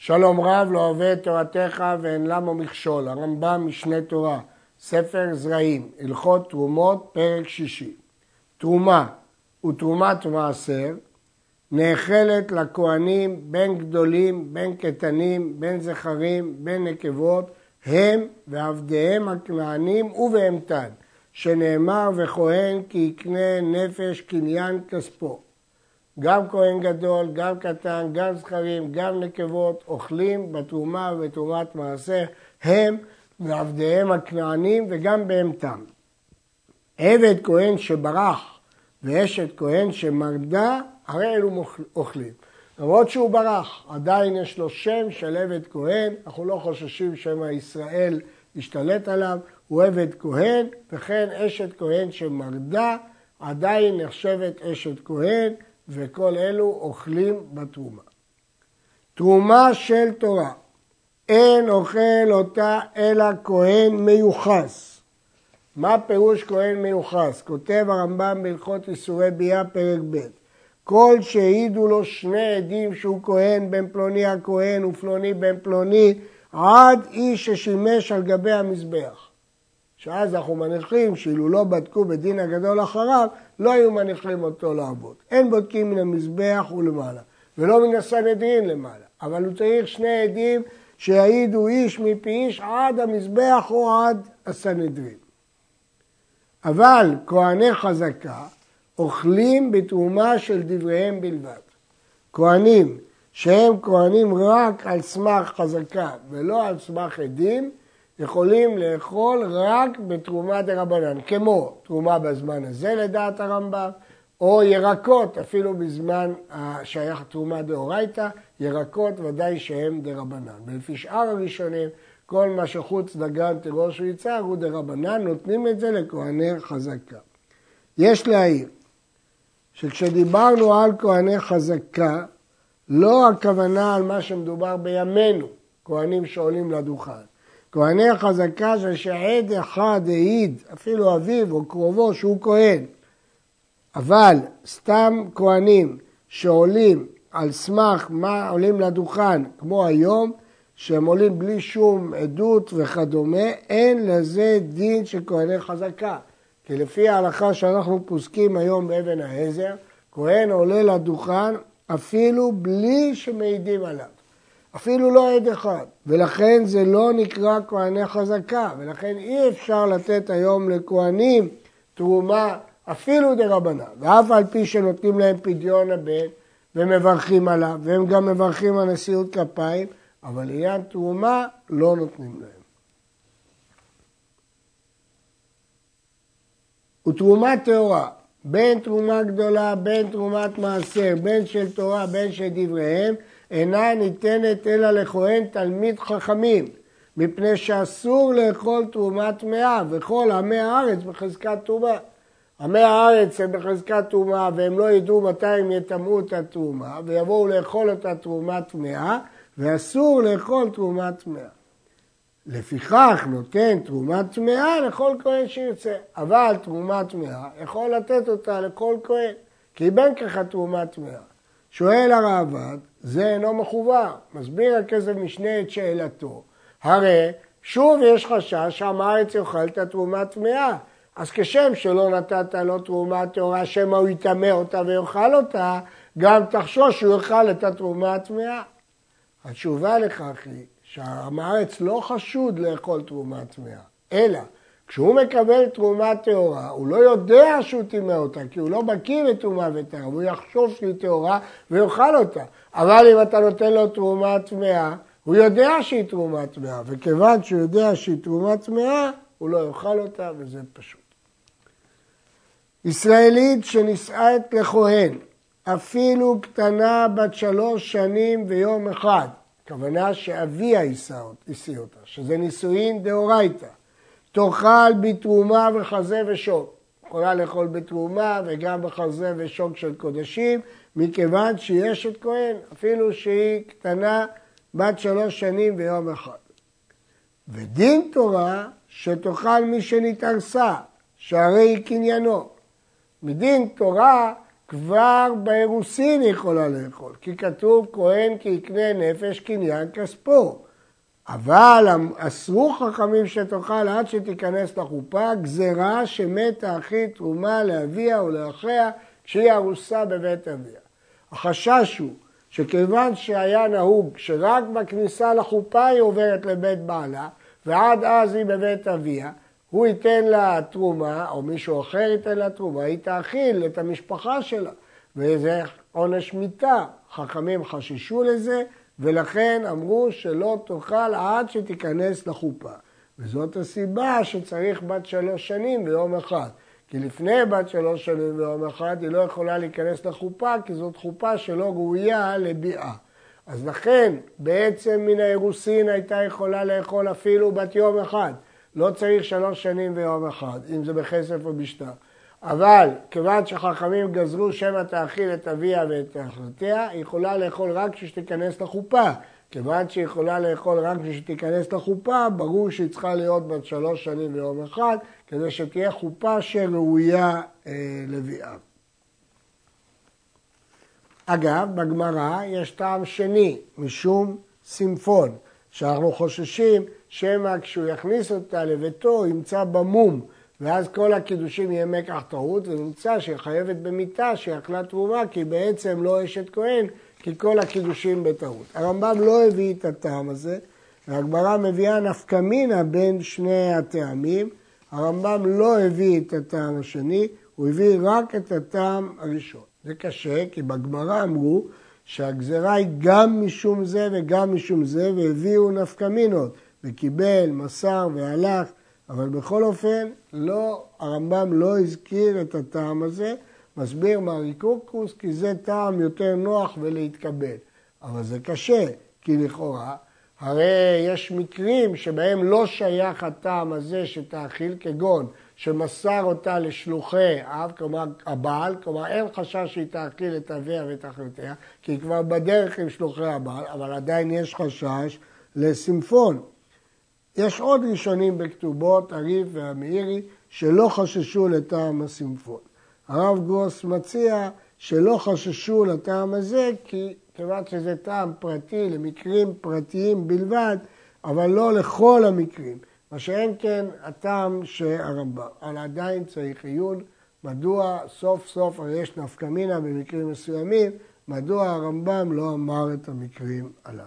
שלום רב לא אוהב את תורתך ואין למה מכשול. הרמב"ם משנה תורה, ספר זרעים, הלכות תרומות, פרק שישי. תרומה ותרומת מעשר נאכלת לכהנים בין גדולים, בין קטנים, בין זכרים, בין נקבות, הם ועבדיהם הכנענים ובהמתן, שנאמר וכהן כי יקנה נפש קניין כספו. גם כהן גדול, גם קטן, גם זכרים, גם נקבות, אוכלים בתרומה ובתרומת מעשר, הם ועבדיהם הכנענים וגם בהמתם. עבד כהן שברח ואשת כהן שמרדה, הרי אלו אוכלים. למרות שהוא ברח, עדיין יש לו שם של עבד כהן, אנחנו לא חוששים שמא ישראל ישתלט עליו, הוא עבד כהן, וכן אשת כהן שמרדה, עדיין נחשבת אשת כהן, וכל אלו אוכלים בתרומה. תרומה של תורה, אין אוכל אותה אלא כהן מיוחס. מה פירוש כהן מיוחס? כותב הרמב"ם בהלכות איסורי ביאה פרק ב'. כל שהעידו לו שני עדים שהוא כהן, בן פלוני הכהן ופלוני בן פלוני, עד איש ששימש על גבי המזבח. שאז אנחנו מניחים שאילו לא בדקו בדין הגדול אחריו, לא היו מניחים אותו לעבוד. אין בודקים מן המזבח ולמעלה, ולא מן הסנהדרין למעלה. אבל הוא צריך שני עדים שיעידו איש מפי איש עד המזבח או עד הסנהדרין. אבל כהני חזקה אוכלים בתרומה של דבריהם בלבד. כהנים שהם כהנים רק על סמך חזקה ולא על סמך עדים, יכולים לאכול רק בתרומה דרבנן, כמו תרומה בזמן הזה לדעת הרמב"ם, או ירקות, אפילו בזמן שייך תרומה דאורייתא, ירקות ודאי שהם דרבנן. ולפי שאר הראשונים, כל מה שחוץ דגן, תירוש ויצהר הוא דרבנן, נותנים את זה לכהני חזקה. יש להעיר שכשדיברנו על כהני חזקה, לא הכוונה על מה שמדובר בימינו, כהנים שעולים לדוכן. כהני החזקה זה שעד אחד העיד, אפילו אביו או קרובו שהוא כהן. אבל סתם כהנים שעולים על סמך מה עולים לדוכן, כמו היום, שהם עולים בלי שום עדות וכדומה, אין לזה דין של כהני חזקה. כי לפי ההלכה שאנחנו פוסקים היום באבן העזר, כהן עולה לדוכן אפילו בלי שמעידים עליו. אפילו לא עד אחד, ולכן זה לא נקרא כהני חזקה, ולכן אי אפשר לתת היום לכהנים תרומה אפילו דרבנן, ואף על פי שנותנים להם פדיון הבן ומברכים עליו, והם גם מברכים על נשיאות כפיים, אבל לעניין תרומה לא נותנים להם. ותרומה טהורה, בין תרומה גדולה, בין תרומת מעשר, בין של תורה, בין של דבריהם, אינה ניתנת אלא לכהן תלמיד חכמים, מפני שאסור לאכול תרומת טמאה, וכל עמי הארץ בחזקת טומאה. עמי הארץ הם בחזקת טומאה, והם לא ידעו מתי הם יטמאו את התרומה, ויבואו לאכול את התרומת טמאה, ואסור לאכול תרומת טמאה. לפיכך נותן תרומת טמאה לכל כהן שירצה, אבל תרומת טמאה יכול לתת אותה לכל כהן, כי בין ככה תרומת טמאה. שואל הראב"ד, זה אינו מחובר. מסביר הכסף משנה את שאלתו. הרי שוב יש חשש שעם הארץ יאכל את התרומת טמאה. אז כשם שלא נתת לו תרומה טהורה, שמא הוא יטמא אותה ויאכל אותה, גם תחשוש שהוא יאכל את התרומה הטמאה. התשובה לכך היא שעם הארץ לא חשוד לאכול תרומה טמאה, אלא כשהוא מקבל תרומה טהורה, הוא לא יודע שהוא טימא אותה, כי הוא לא מכיר בתרומה וטהרה, הוא יחשוב שהיא טהורה ויאכל אותה. אבל אם אתה נותן לו תרומה טמאה, הוא יודע שהיא תרומה טמאה, וכיוון שהוא יודע שהיא תרומה טמאה, הוא לא יאכל אותה, וזה פשוט. ישראלית שנישאת לכהן, אפילו קטנה בת 3 שנים ויום אחד, הכוונה שאביה השיא אותה, שזה נישואין דאורייתא, תאכל בתרומה וחזה ושוק. יכולה לאכול בתרומה וגם בחזה ושוק של קודשים, מכיוון שהיא אשת כהן, אפילו שהיא קטנה בת 3 שנים ויום אחד. ודין תורה שתאכל מי שנתארסה, שהרי היא קניינו. מדין תורה כבר באירוסין יכולה לאכול, כי כתוב כהן כי יקנה נפש קניין כספו. אבל אסרו חכמים שתאכל עד שתיכנס לחופה, גזרה שמת האחי תרומה לאביה או לאחיה כשהיא ארוסה בבית אביה. החשש הוא שכיוון שהיה נהוג שרק בכניסה לחופה היא עוברת לבית בעלה, ועד אז היא בבית אביה, הוא ייתן לה תרומה, או מישהו אחר ייתן לה תרומה, היא תאכיל את המשפחה שלה. וזה עונש מיתה. חכמים חששו לזה, ולכן אמרו שלא תאכל עד שתיכנס לחופה. וזאת הסיבה שצריך בת 3 שנים ביום אחד. כי לפני בת 3 שנים ביום אחד היא לא יכולה להיכנס לחופה, כי זאת חופה שלא ראויה לביאה. אז לכן בעצם מן האירוסין הייתה יכולה לאכול אפילו בת יום אחד. לא צריך 3 שנים ביום אחד, אם זה בכסף או בשטר. אבל כיוון שחכמים גזרו שמא תאכיל את אביה ואת אחותיה, היא יכולה לאכול רק כשתיכנס לחופה. כיוון שהיא יכולה לאכול רק כשתיכנס לחופה, ברור שהיא צריכה להיות בת 3 שנים ביום אחד, כדי שתהיה חופה שראויה לביאה. אגב, בגמרא יש טעם שני, משום סימפון, שאנחנו חוששים שמא כשהוא יכניס אותה לביתו, ימצא במום, ואז כל הקידושים יהיה מקח טעות, ונמצא שהיא חייבת במיתה שיכלה תרומה, כי בעצם לא אשת כהן, כי כל הקידושים בטעות. הרמב"ם לא הביא את הטעם הזה, והגמרא מביאה נפקא מינה בין שני הטעמים. הרמב"ם לא הביא את הטעם השני, הוא הביא רק את הטעם הראשון. זה קשה, כי בגמרא אמרו שהגזרה היא גם משום זה וגם משום זה, והביאו נפקא מינות, וקיבל, מסר והלך, אבל בכל אופן הרמב"ם לא הזכיר את הטעם הזה, מסביר מהריקורקוס, כי זה טעם יותר נוח ולהתקבל. אבל זה קשה, כי לכאורה, הרי יש מקרים שבהם לא שייך הטעם הזה שתאכיל, כגון שמסר אותה לשלוחי אב, כלומר הבעל, כלומר אין חשש שהיא תאכיל את אביה ואת אחותיה, כי היא כבר בדרך עם שלוחי הבעל, אבל עדיין יש חשש לסימפון. יש עוד ראשונים בכתובות, הריף והמאירי, שלא חששו לטעם הסימפון. הרב גרוס מציע שלא חששו לטעם הזה, כי כיוון שזה טעם פרטי למקרים פרטיים בלבד, אבל לא לכל המקרים. מה שאין כן הטעם שהרמב"ם. אבל עדיין צריך עיון, מדוע סוף סוף, הרי יש נפקא מינה במקרים מסוימים, מדוע הרמב"ם לא אמר את המקרים הללו.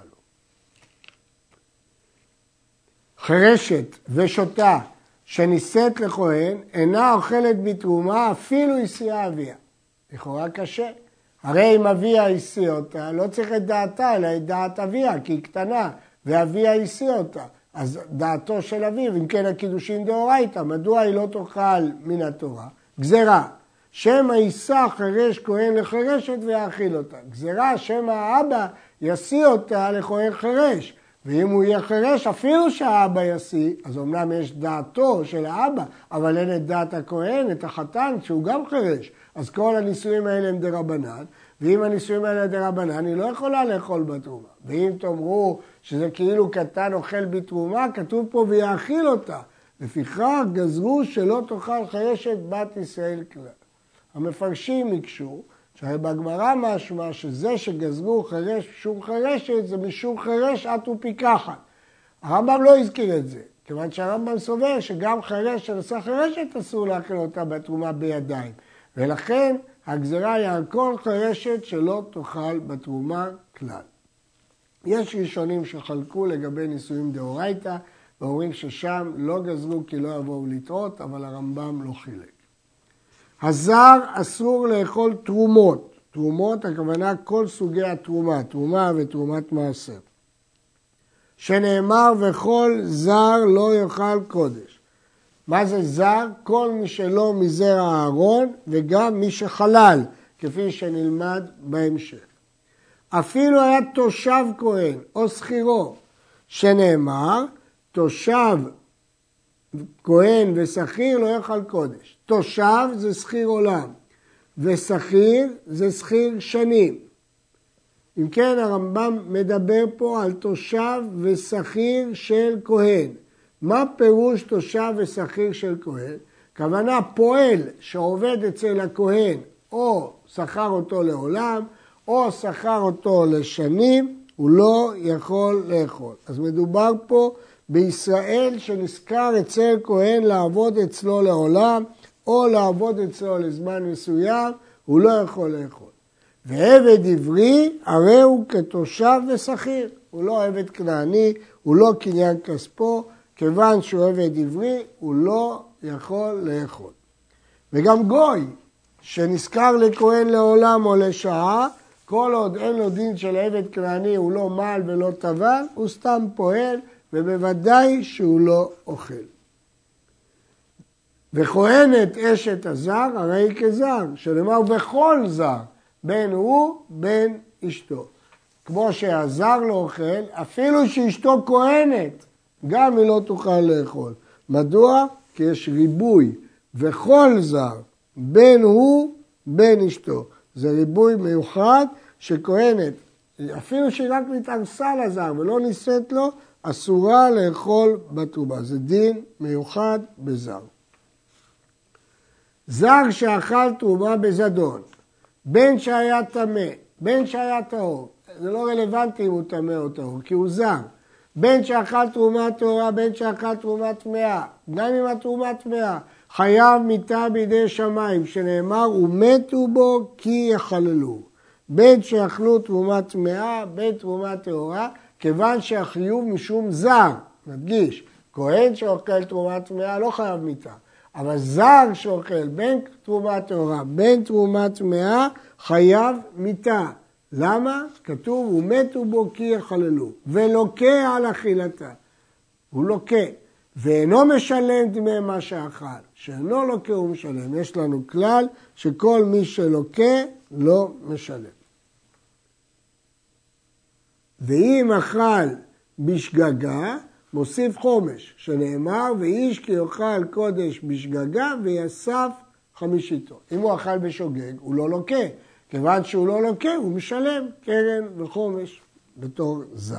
חרשת ושוטה שנישאת לכהן אינה אוכלת בתרומה אפילו הסיעה אביה. לכאורה קשה. הרי אם אביה השיא אותה, לא צריך את דעתה, אלא את דעת אביה, כי היא קטנה, ואביה השיא אותה. אז דעתו של אביו, אם כן הקידושין דאורייתא, מדוע היא לא תאכל מן התורה? גזרה, שמא יישא חרש כהן לחרשת ויאכיל אותה. גזרה, שמא האבא ישיא אותה לכהן חרש. ואם הוא יהיה חרש, אפילו שהאבא ישיא, אז אמנם יש דעתו של האבא, אבל אין את דעת הכהן, את החתן, שהוא גם חרש. אז כל הנישואים האלה הם דרבנן, ואם הנישואים האלה דרבנן, היא לא יכולה לאכול בתרומה. ואם תאמרו שזה כאילו קטן אוכל בתרומה, כתוב פה ויאכיל אותה. לפיכך גזרו שלא תאכל חרשת בת ישראל כלל. המפרשים יקשו, שבגמרא משמע שזה שגזרו חרש משום חרשת, זה משום חרש את ופיקחת. הרמב"ם לא הזכיר את זה, כיוון שהרמב"ם סובר שגם חרש שנשא חרשת אסור לאכול אותה בתרומה בידיים. ולכן הגזרה היא על כל חרשת שלא תאכל בתרומה כלל. יש ראשונים שחלקו לגבי נישואים דאורייתא, ואומרים ששם לא גזרו כי לא יבואו לטעות, אבל הרמב"ם לא חילק. הזר אסור לאכול תרומות. תרומות, הכוונה כל סוגי התרומה, תרומה ותרומת מעשר. שנאמר וכל זר לא יאכל קודש. מה זה זר? כל מי שלא מזרע הארון וגם מי שחלל, כפי שנלמד בהמשך. אפילו היה תושב כהן או שכירו, שנאמר תושב כהן ושכיר לא יאכל קודש. תושב זה שכיר עולם, ושכיר זה שכיר שנים. אם כן הרמב"ם מדבר פה על תושב ושכיר של כהן. מה פירוש תושב ושכיר של כהן? כוונה פועל שעובד אצל הכהן או שכר אותו לעולם, או שכר אותו לשנים, הוא לא יכול לאכול. אז מדובר פה בישראל שנזכר אצל כהן לעבוד אצלו לעולם, או לעבוד אצלו לזמן מסוים, הוא לא יכול לאכול. ועבד עברי, הרי הוא כתושב ושכיר. הוא לא עבד כנעני, הוא לא קניין כספו, כיוון שהוא עבד עברי, הוא לא יכול לאכול. וגם גוי, שנזכר לכהן לעולם או לשעה, כל עוד אין לו דין של עבד כנעני, הוא לא מעל ולא טבל, הוא סתם פועל, ובוודאי שהוא לא אוכל. וכהנת אשת הזר, הרי היא כזר, שנאמר בכל זר, בין הוא בין אשתו. כמו שהזר לא אוכל, אפילו שאשתו כהנת, גם היא לא תוכל לאכול. מדוע? כי יש ריבוי, וכל זר, בין הוא בין אשתו. זה ריבוי מיוחד שכהנת, אפילו שהיא רק מתארסה לזר ולא נישאת לו, אסורה לאכול בתרומה. זה דין מיוחד בזר. זר שאכל תרומה בזדון, בין שהיה טמא, בין שהיה טהור, זה לא רלוונטי אם הוא טמא או טהור, כי הוא זר. בין שאכל תרומה טהורה, בין שאכל תרומה טמאה, גם אם התרומה טמאה, חייב מיתה בידי שמיים, שנאמר, ומתו בו כי יחללו. בין שאכלו תרומה טמאה, בין תרומה טהורה, כיוון שהחיוב משום זר, נדגיש, כהן שאוכל תרומה טמאה לא חייב מיתה. אבל זר שאוכל בין תרומה טהורה, בין תרומה טמאה, חייב מיתה. למה? כתוב, ומתו בו כי יחללו, ולוקה על אכילתה. הוא לוקה, ואינו משלם דמי מה שאכל. שאינו לוקה הוא משלם. יש לנו כלל שכל מי שלוקה לא משלם. ואם אכל בשגגה, מוסיף חומש, שנאמר, ואיש כי יאכל קודש בשגגה ויסף חמישיתו. אם הוא אכל בשוגג, הוא לא לוקה. כיוון שהוא לא לוקה, הוא משלם קרן וחומש בתור זר.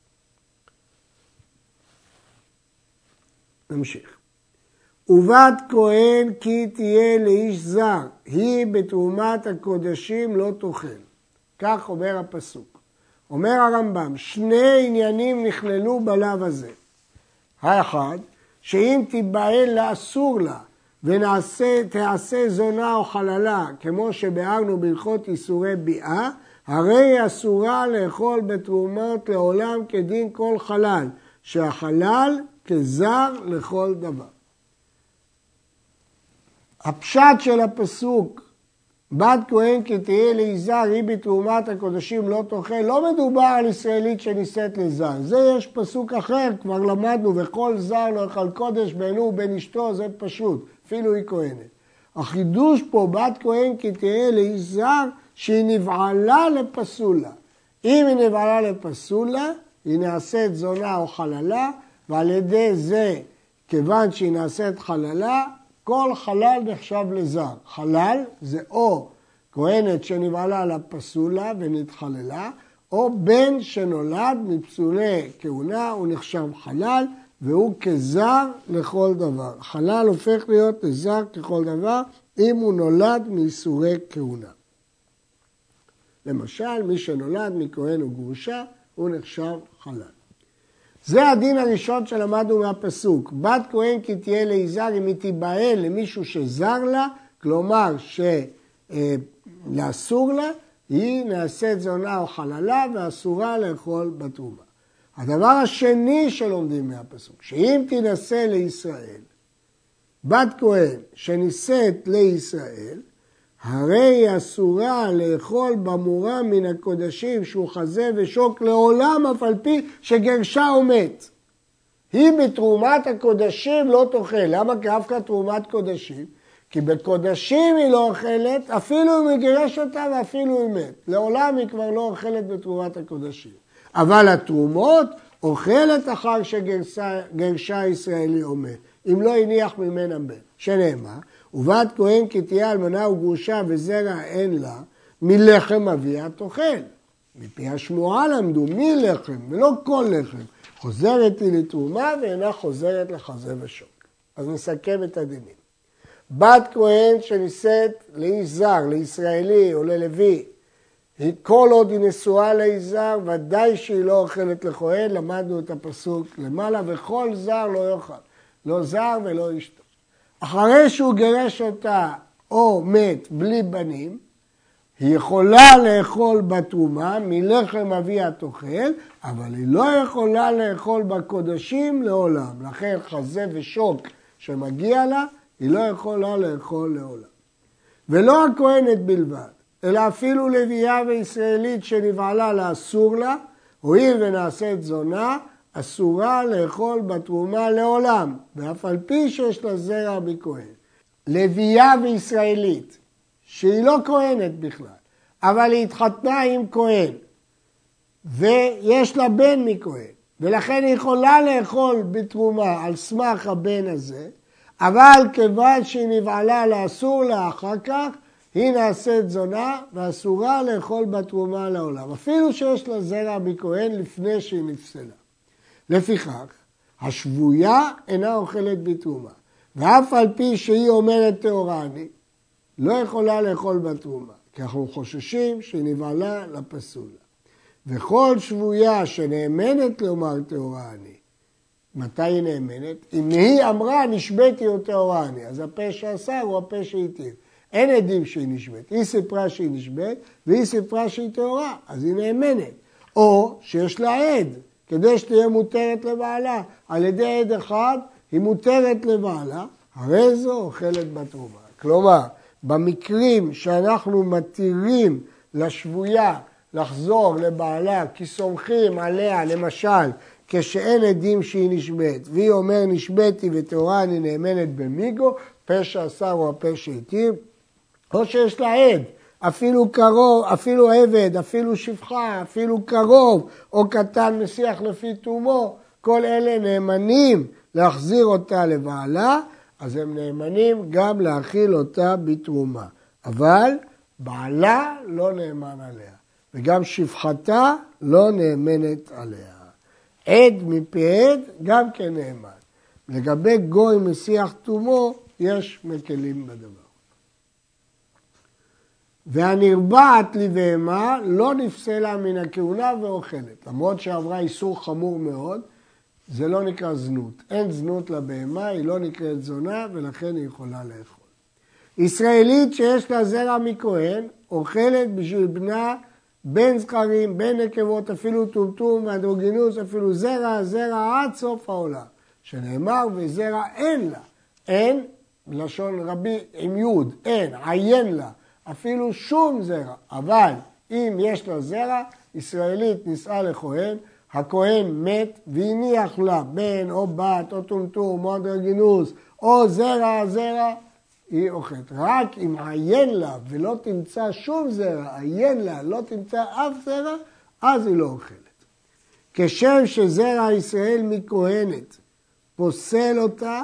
נמשיך. ובת כהן כי תהיה לאיש זר, היא בתרומת הקודשים לא תאכל. כך אומר הפסוק. אומר הרמב"ם, שני עניינים נכללו בלאו הזה. האחד, שאם תיבעל לה אסור לה, ותעשה זונה או חללה, כמו שבארנו בהלכות איסורי ביאה, הרי היא אסורה לאכול בתרומות לעולם כדין כל חלל, שהחלל כזר לכל דבר. הפשט של הפסוק, בת כהן כי תהיה לאיש זר, היא בתרומת הקודשים לא תאכל, לא מדובר על ישראלית שנישאת לזר. זה יש פסוק אחר, כבר למדנו, וכל זר לא יאכל קודש בינו ובין אשתו, זה פשוט, אפילו היא כהנת. החידוש פה, בת כהן כי תהיה לאיש זר, שהיא נבעלה לפסולה. אם היא נבעלה לפסולה, היא נעשית זונה או חללה, ועל ידי זה, כיוון שהיא נעשית חללה, כל חלל נחשב לזר. חלל זה או כהנת שנבעלה לפסולה ונתחללה, או בן שנולד מפסולי כהונה, הוא נחשב חלל, והוא כזר לכל דבר. חלל הופך להיות לזר ככל דבר, אם הוא נולד מאיסורי כהונה. למשל, מי שנולד מכהן וגרושה, הוא נחשב חלל. זה הדין הראשון שלמדנו מהפסוק. בת כהן כי תהיה לאיש זר, אם היא תיבעל למישהו שזר לה, כלומר שאסור לה, היא נעשית זונה או חללה ואסורה לאכול בתרומה. הדבר השני שלומדים מהפסוק, שאם תינשא לישראל, בת כהן שנישאת לישראל, הרי היא אסורה לאכול במורה מן הקודשים שהוא חזה ושוק לעולם אף על פי שגרשה או מת. היא בתרומת הקודשים לא תאכל. למה? כי אף כך תרומת קודשים. כי בקודשים היא לא אוכלת, אפילו אם היא גירש אותה ואפילו אם מת. לעולם היא כבר לא אוכלת בתרומת הקודשים. אבל התרומות אוכלת אחר שגרשה ישראלי או מת. אם לא הניח ממנה בן. שנאמר, ובת כהן כי תהיה אלמנה וגרושה וזרע אין לה, מלחם אביה תאכל. מפי השמועה למדו מלחם ולא כל לחם. חוזרת היא לתרומה ואינה חוזרת לחזה ושוק. אז נסכם את הדינים. בת כהן שנישאת לאיש זר, לישראלי או ללוי, כל עוד היא נשואה לאיש זר, ודאי שהיא לא אוכלת לכהן, למדנו את הפסוק למעלה, וכל זר לא יאכל, לא זר ולא אשתו. אחרי שהוא גירש אותה או מת בלי בנים, היא יכולה לאכול בתרומה, מלחם אביה תאכל, אבל היא לא יכולה לאכול בקודשים לעולם. לכן חזה ושוק שמגיע לה, היא לא יכולה לאכול לעולם. ולא הכהנת בלבד, אלא אפילו לוויה וישראלית שנבעלה לה אסור לה, הואיל ונעשית זונה, אסורה לאכול בתרומה לעולם, ואף על פי שיש לה זרע מכהן. לוויה וישראלית, שהיא לא כהנת בכלל, אבל היא התחתנה עם כהן, ויש לה בן מכהן, ולכן היא יכולה לאכול בתרומה על סמך הבן הזה, אבל כיוון שהיא נבעלה לאסור לה אחר כך, היא נעשית זונה ואסורה לאכול בתרומה לעולם, אפילו שיש לה זרע מכהן לפני שהיא נפסלה. לפיכך, השבויה אינה אוכלת בתרומה, ואף על פי שהיא אומרת טהורה אני, לא יכולה לאכול בתרומה, כי אנחנו חוששים שהיא נבעלה לפסולה. וכל שבויה שנאמנת לומר טהורה אני, מתי היא נאמנת? אם היא אמרה נשבתי או טהורה אני, אז הפה שעשה הוא הפה שהתיר. אין עדים שהיא נשבית, היא סיפרה שהיא נשבית והיא סיפרה שהיא טהורה, אז היא נאמנת. או שיש לה עד, כדי שתהיה מותרת לבעלה. על ידי עד אחד היא מותרת לבעלה, הרי זו אוכלת בתרומה. כלומר, במקרים שאנחנו מתירים לשבויה לחזור לבעלה כי סומכים עליה, למשל, כשאין עדים שהיא נשבית, והיא אומר נשבתי וטהורה אני נאמנת במיגו, פה שעשה הוא הפה שהתיר, או שיש לה עד, אפילו קרוב, אפילו עבד, אפילו שפחה, אפילו קרוב, או קטן משיח לפי תומו, כל אלה נאמנים להחזיר אותה לבעלה, אז הם נאמנים גם להאכיל אותה בתרומה. אבל בעלה לא נאמן עליה, וגם שפחתה לא נאמנת עליה. עד מפי עד גם כן נאמן. לגבי גוי משיח תומו, יש מקלים בדבר. והנרבעת לבהמה לא נפסלה מן הכהונה ואוכלת. למרות שעברה איסור חמור מאוד, זה לא נקרא זנות. אין זנות לבהמה, היא לא נקראת זונה, ולכן היא יכולה לאכול. ישראלית שיש לה זרע מכהן, אוכלת בשביל בנה בין זכרים, בין נקבות, אפילו טומטום ואנדרוגינוס, אפילו זרע עד סוף העולם. שנאמר וזרע אין לה. אין, לשון רבי עם יוד, אין, עיין לה. אפילו שום זרע, אבל אם יש לה זרע, ישראלית נישאה לכהן, הכהן מת והניח לה בן או בת או טומטום או אנדרוגינוס או זרע, היא אוכלת. רק אם עיין לה ולא תמצא שום זרע, עיין לה, לא תמצא אף זרע, אז היא לא אוכלת. כשם שזרע ישראל מכהנת פוסל אותה,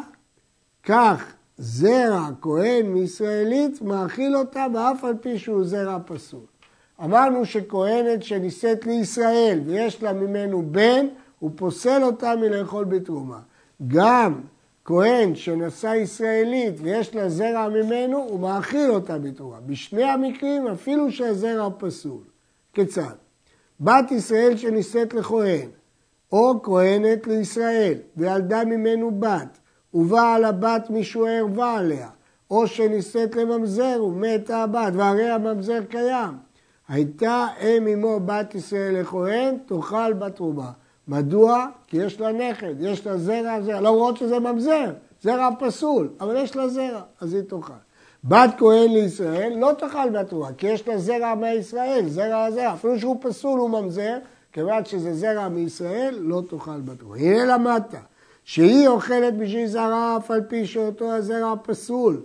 כך זרע כהן מישראלית מאכיל אותה ואף על פי שהוא זרע פסול. אמרנו שכהנת שנישאת לישראל ויש לה ממנו בן, הוא פוסל אותה מלאכול בתרומה. גם כהן שנשא ישראלית ויש לה זרע ממנו, הוא מאכיל אותה בתרומה. בשני המקרים אפילו שהזרע פסול. כיצד? בת ישראל שנישאת לכהן, או כהנת לישראל וילדה ממנו בת, ובעל הבת מישהו ערבה עליה, או שנישאת לממזר ומתה הבת, והרי הממזר קיים. הייתה אם אמו בת ישראל לכהן, תאכל בתרומה. מדוע? כי יש לה נכד, יש לה זרע, למרות שזה ממזר, זרע פסול, אבל יש לה זרע, אז היא תאכל. בת כהן לישראל לא תאכל בתרומה, כי יש לה זרע מישראל, זרע, אפילו שהוא פסול הוא ממזר, כיוון שזה זרע מישראל, לא תאכל בתרומה. הנה למדת. שהיא אוכלת בשביל זרע אף על פי שאותו הזרע פסול,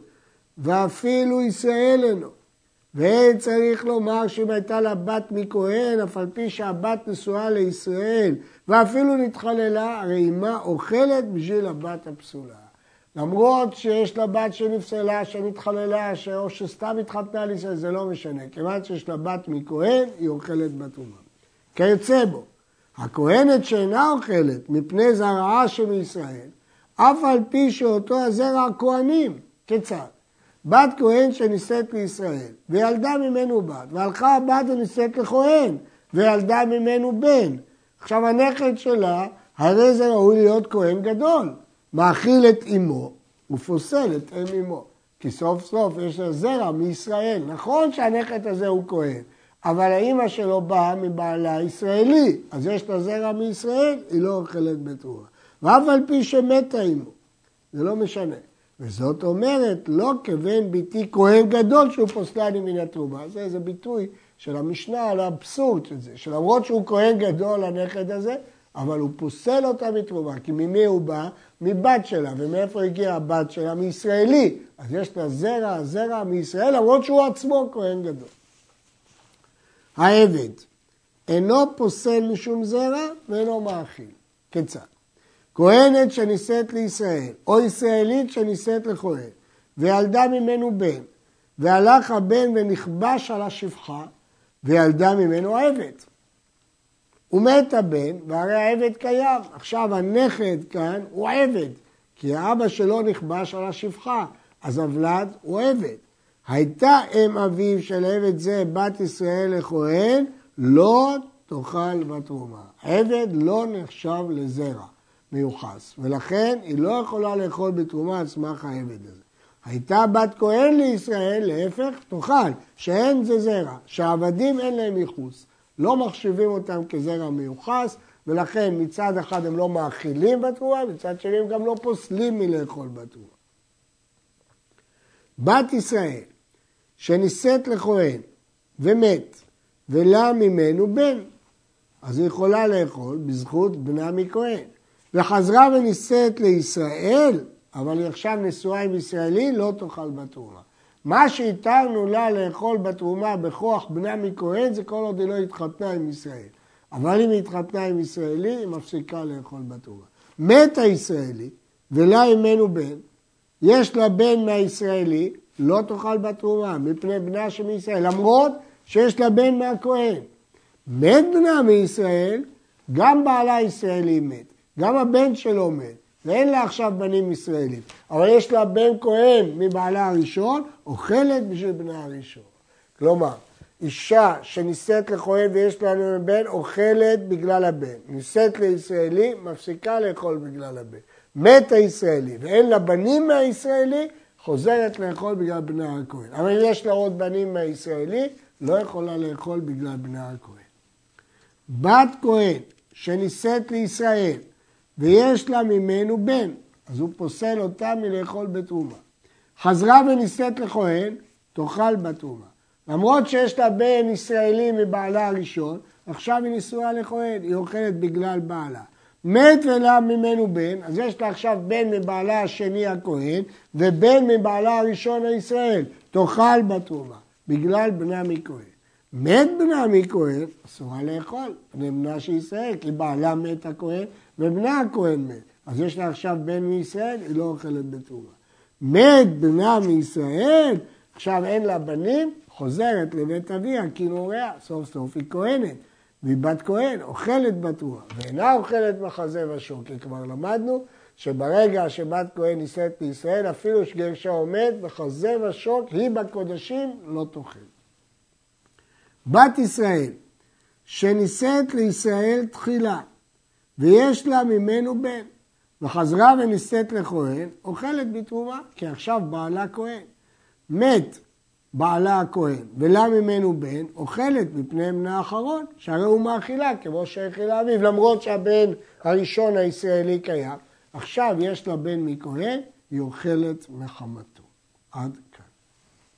ואפילו ישראל אינו. ואין צריך לומר שאם הייתה לה בת מכהן, אף על פי שהבת נשואה לישראל, ואפילו נתחללה, הרי אמה אוכלת בשביל הבת הפסולה. למרות שיש לה בת שנפסלה, שנתחללה, או שסתם התחתנה לישראל, זה לא משנה. כיוון שיש לה בת מכהן, היא אוכלת בתרומה. כיוצא בו. הכהנת שאינה אוכלת מפני זרעה שמישראל, אף על פי שאותו הזרע הכהנים. כיצד? בת כהן שנישאת לישראל, וילדה ממנו בת, והלכה הבת ונישאת לכהן, וילדה ממנו בן. עכשיו הנכד שלה, הרי זה ראוי להיות כהן גדול. מאכיל את אמו, ופוסל את אם אמו. כי סוף סוף יש לה זרע מישראל. נכון שהנכד הזה הוא כהן, אבל האמא שלו באה מבעלה ישראלי, אז יש לה זרע מישראל, היא לא אוכלת בתרומה. ואף על פי שמתה אמו, זה לא משנה. וזאת אומרת, לא כבן ביתי כהן גדול שהוא פוסלני מן התרומה. זה ביטוי של המשנה על האבסורד של זה, שלמרות שהוא כהן גדול הנכד הזה, אבל הוא פוסל אותה מתרומה, כי ממי הוא בא? מבת שלה, ומאיפה הגיעה הבת שלה? מישראלי. אז יש לה זרע מישראל, למרות שהוא עצמו כהן גדול. העבד אינו פוסל משום זרע ואינו מאכיל. כיצד? כהנת שנישאת לישראל, או ישראלית שנישאת לכהן, וילדה ממנו בן, והלך הבן ונכבש על השפחה, וילדה ממנו עבד. ומת הבן, והרי העבד קיים. עכשיו הנכד כאן הוא עבד, כי האבא שלו נכבש על השפחה, אז הוולד הוא עבד. הייתה אם אביו של עבד זה בת ישראל לכהן, לא תאכל בתרומה. עבד לא נחשב לזרע מיוחס, ולכן היא לא יכולה לאכול בתרומה על סמך העבד הזה. הייתה בת כהן לישראל, להפך, תאכל, שאין זה זרע, שהעבדים אין להם ייחוס. לא מחשיבים אותם כזרע מיוחס, ולכן מצד אחד הם לא מאכילים בתרומה, מצד שני הם גם לא פוסלים מלאכול בתרומה. בת ישראל שנישאת לכהן ומת, ולה ממנו בן, אז היא יכולה לאכול בזכות בנה מכהן. וחזרה ונישאת לישראל, אבל היא עכשיו נשואה עם ישראלי, לא תאכל בתרומה. מה שהתרנו לה לאכול בתרומה בכוח בנה מכהן, זה כל עוד היא לא התחתנה עם ישראל. אבל אם היא התחתנה עם ישראלי, היא מפסיקה לאכול בתרומה. מת הישראלי, ולה ממנו בן, יש לה בן מהישראלי, לא תאכל בתרומה, מפני בנה שמישראל, למרות שיש לה בן מהכהן. מת בנה מישראל, גם בעלה ישראלי מת, גם הבן שלו מת, ואין לה עכשיו בנים ישראלים. אבל יש לה בן כהן מבעלה הראשון, אוכלת בשביל בנה הראשון. כלומר, אישה שנישאת לכהן ויש לנו בן, אוכלת בגלל הבן. נישאת לישראלי, מפסיקה לאכול בגלל הבן. מת הישראלי ואין לה בנים מהישראלי, חוזרת לאכול בגלל בנה הכהן. אבל אם יש לה עוד בנים מהישראלי, לא יכולה לאכול בגלל בנה הכהן. בת כהן שנישאת לישראל ויש לה ממנו בן, אז הוא פוסל אותה מלאכול בתרומה. חזרה ונישאת לכהן, תאכל בתרומה. למרות שיש לה בן ישראלי מבעלה הראשון, עכשיו היא נשואה לכהן, היא אוכלת בגלל בעלה. מת ולה ממנו בן, אז יש לה עכשיו בן מבעלה השני הכהן, ובן מבעלה הראשון הישראל, תאכל בתרומה, בגלל בנה מכהן. מת בנה מכהן, אסורה לאכול, בנה של ישראל, כי בעלה מת הכהן, ובנה הכהן מת. אז יש לה עכשיו בן מישראל, היא לא אוכלת בתרומה. מת בנה מישראל, עכשיו אין לה בנים, חוזרת לבית אביה, כי נוריה, סוף סוף היא כהנת. והיא בת כהן, אוכלת בתרומה, ואינה אוכלת מחזה ושוק, כי כבר למדנו שברגע שבת כהן נישאת לישראל, אפילו שגרשה עומד, מחזה ושוק, היא בקודשים לא תאכל. בת ישראל, שנישאת לישראל תחילה, ויש לה ממנו בן, וחזרה ונישאת לכהן, אוכלת בתרומה, כי עכשיו בעלה כהן. מת בעלה הכהן, ולה ממנו בן, אוכלת מפני בנה האחרון, שהרי הוא מאכילה, כמו שהאכילה אביו, למרות שהבן הראשון הישראלי קיים. עכשיו יש לה בן מכהן, היא אוכלת מחמתו. עד כאן.